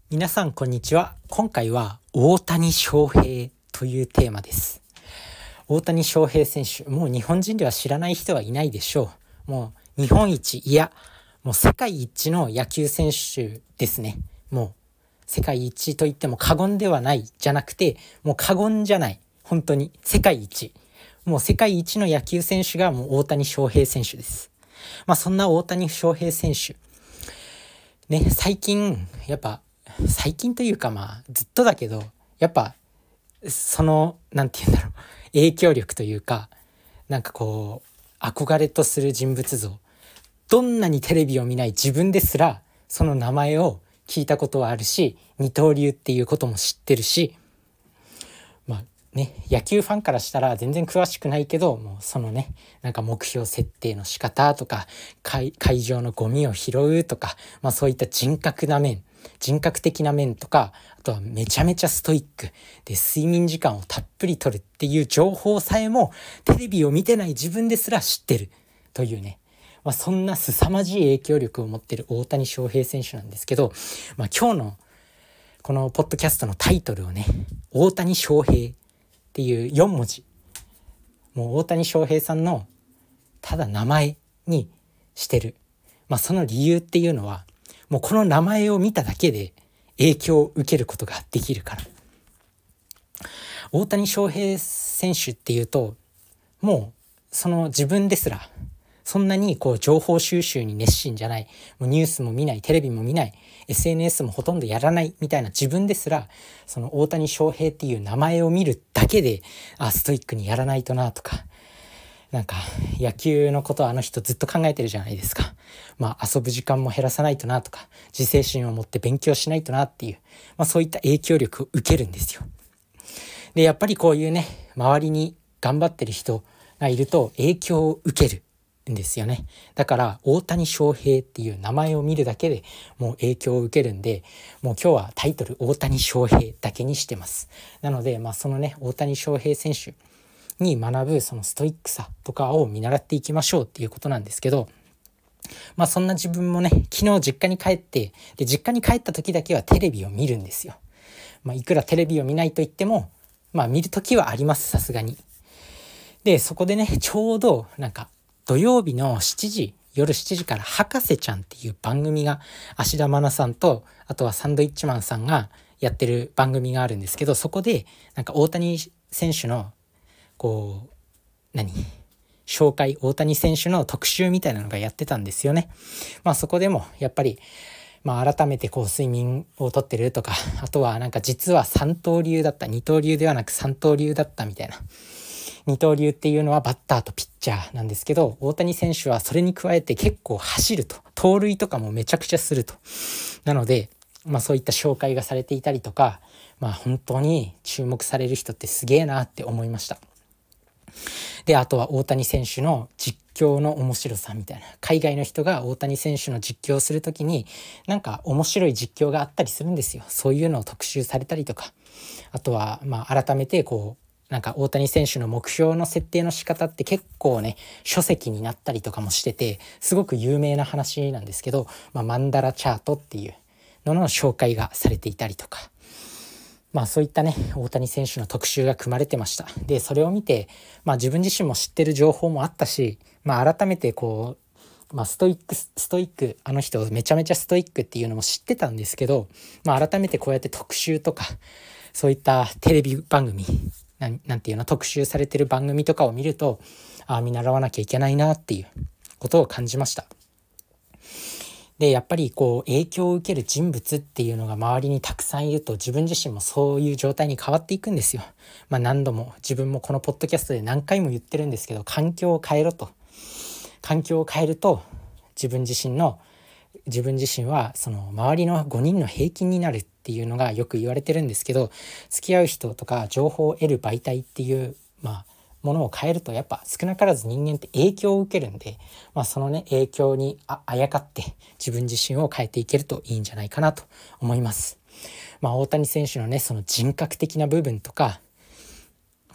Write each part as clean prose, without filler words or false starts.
皆さんこんにちは。今回は大谷翔平というテーマです。大谷翔平選手、もう日本人では知らない人はいないでしょう。もう日本一、もう世界一の野球選手ですね。もう世界一と言っても過言ではないじゃなくて、もう過言じゃない。本当に世界一。もう世界一の野球選手がもう大谷翔平選手です。そんな大谷翔平選手。ね、最近というかずっとだけど、やっぱそのなんて言うんだろう、影響力というか、憧れとする人物像、どんなにテレビを見ない自分ですらその名前を聞いたことはあるし、二刀流っていうことも知ってるし、野球ファンからしたら全然詳しくないけど、もうそのね、目標設定の仕方とか、会場のゴミを拾うとか、そういった人格的な面とか、あとはめちゃめちゃストイックで睡眠時間をたっぷりとるっていう情報さえもテレビを見てない自分ですら知ってるというね、そんな凄まじい影響力を持っている大谷翔平選手なんですけど、今日のこのポッドキャストのタイトルをね、大谷翔平っていう4文字、もう大谷翔平さんのただ名前にしてる。その理由っていうのは、もうこの名前を見ただけで影響を受けることができるから。大谷翔平選手っていうと、もうその自分ですらそんなに情報収集に熱心じゃない、もうニュースも見ない、テレビも見ない、SNS もほとんどやらないみたいな自分ですら、その大谷翔平っていう名前を見るだけで、ストイックにやらないとなとか、野球のことはあの人ずっと考えてるじゃないですか。遊ぶ時間も減らさないとなとか、自制心を持って勉強しないとなっていう、そういった影響力を受けるんですよ。で、やっぱりこういうね、周りに頑張ってる人がいると影響を受けるんですよね。だから大谷翔平っていう名前を見るだけでもう影響を受けるんで、もう今日はタイトル大谷翔平だけにしてます。なのでそのね、大谷翔平選手に学ぶそのストイックさとかを見習っていきましょうっていうことなんですけど、そんな自分もね、昨日実家に帰って、で実家に帰った時だけはテレビを見るんですよ。いくらテレビを見ないと言っても見る時はあります、さすがに。でそこでね、ちょうど土曜日の夜7時から博士ちゃんっていう番組が、芦田愛菜さんとあとはサンドイッチマンさんがやってる番組があるんですけど、そこで大谷選手の紹介、大谷選手の特集みたいなのがやってたんですよね。そこでもやっぱり改めて睡眠をとってるとか、あとは実は三刀流だった、二刀流ではなく三刀流だったみたいな。二刀流っていうのはバッターとピッチャーなんですけど、大谷選手はそれに加えて結構走ると、盗塁とかもめちゃくちゃすると。なのでそういった紹介がされていたりとか、本当に注目される人ってすげえなって思いました。で、あとは大谷選手の実況の面白さみたいな、海外の人が大谷選手の実況をするときに面白い実況があったりするんですよ。そういうのを特集されたりとか、あとは改めて大谷選手の目標の設定の仕方って結構ね、書籍になったりとかもしてて、すごく有名な話なんですけど、マンダラチャートっていうのの紹介がされていたりとか、そういったね、大谷選手の特集が組まれてました。でそれを見て、自分自身も知ってる情報もあったし、改めてストイック、あの人めちゃめちゃストイックっていうのも知ってたんですけど、改めてこうやって特集とか、そういったテレビ番組なんていうの、特集されてる番組とかを見ると、見習わなきゃいけないなっていうことを感じました。でやっぱり影響を受ける人物っていうのが周りにたくさんいると、自分自身もそういう状態に変わっていくんですよ。何度も自分もこのポッドキャストで何回も言ってるんですけど、環境を変えると自分自身はその周りの5人の平均になるっていうのがよく言われてるんですけど、付き合う人とか情報を得る媒体っていうものを変えると、やっぱ少なからず人間って影響を受けるんで、そのね、影響にあやかって自分自身を変えていけるといいんじゃないかなと思います。大谷選手のね、その人格的な部分とか、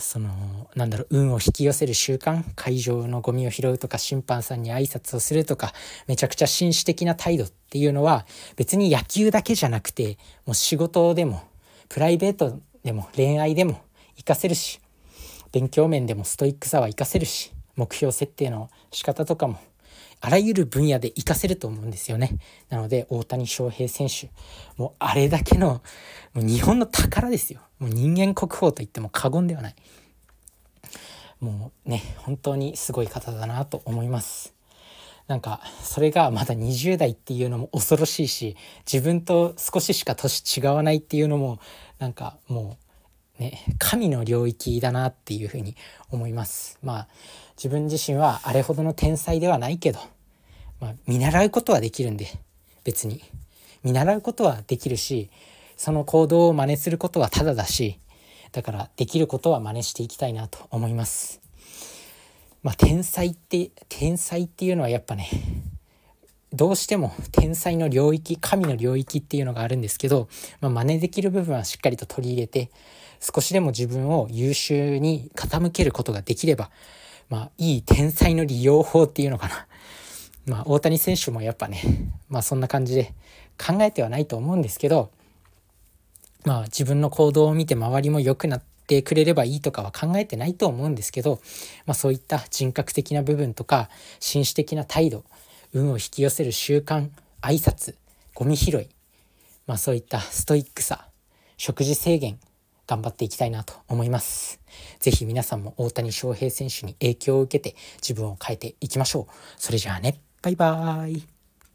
運を引き寄せる習慣、会場のゴミを拾うとか、審判さんに挨拶をするとか、めちゃくちゃ紳士的な態度っていうのは別に野球だけじゃなくて、もう仕事でもプライベートでも恋愛でも活かせるし、勉強面でもストイックさは活かせるし、目標設定の仕方とかもあらゆる分野で活かせると思うんですよね。なので大谷翔平選手、もうあれだけのもう日本の宝ですよ。もう人間国宝と言っても過言ではない。もうね、本当にすごい方だなと思います。なんかそれがまだ20代っていうのも恐ろしいし、自分と少ししか年違わないっていうのもなんかもうね、神の領域だなっていうふうに思います。自分自身はあれほどの天才ではないけど、見習うことはできるんで、別に見習うことはできるし、その行動を真似することはただだし、だからできることは真似していきたいなと思います。天才っていうのはやっぱね、どうしても天才の領域、神の領域っていうのがあるんですけど、真似できる部分はしっかりと取り入れて、少しでも自分を優秀に傾けることができれば、いい天才の利用法っていうのかな。大谷選手もやっぱね、そんな感じで考えてはないと思うんですけど、自分の行動を見て周りも良くなってくれればいいとかは考えてないと思うんですけど、そういった人格的な部分とか紳士的な態度、運を引き寄せる習慣、挨拶、ゴミ拾い、そういったストイックさ、食事制限、頑張っていきたいなと思います。ぜひ皆さんも大谷翔平選手に影響を受けて自分を変えていきましょう。それじゃあね、バイバーイ。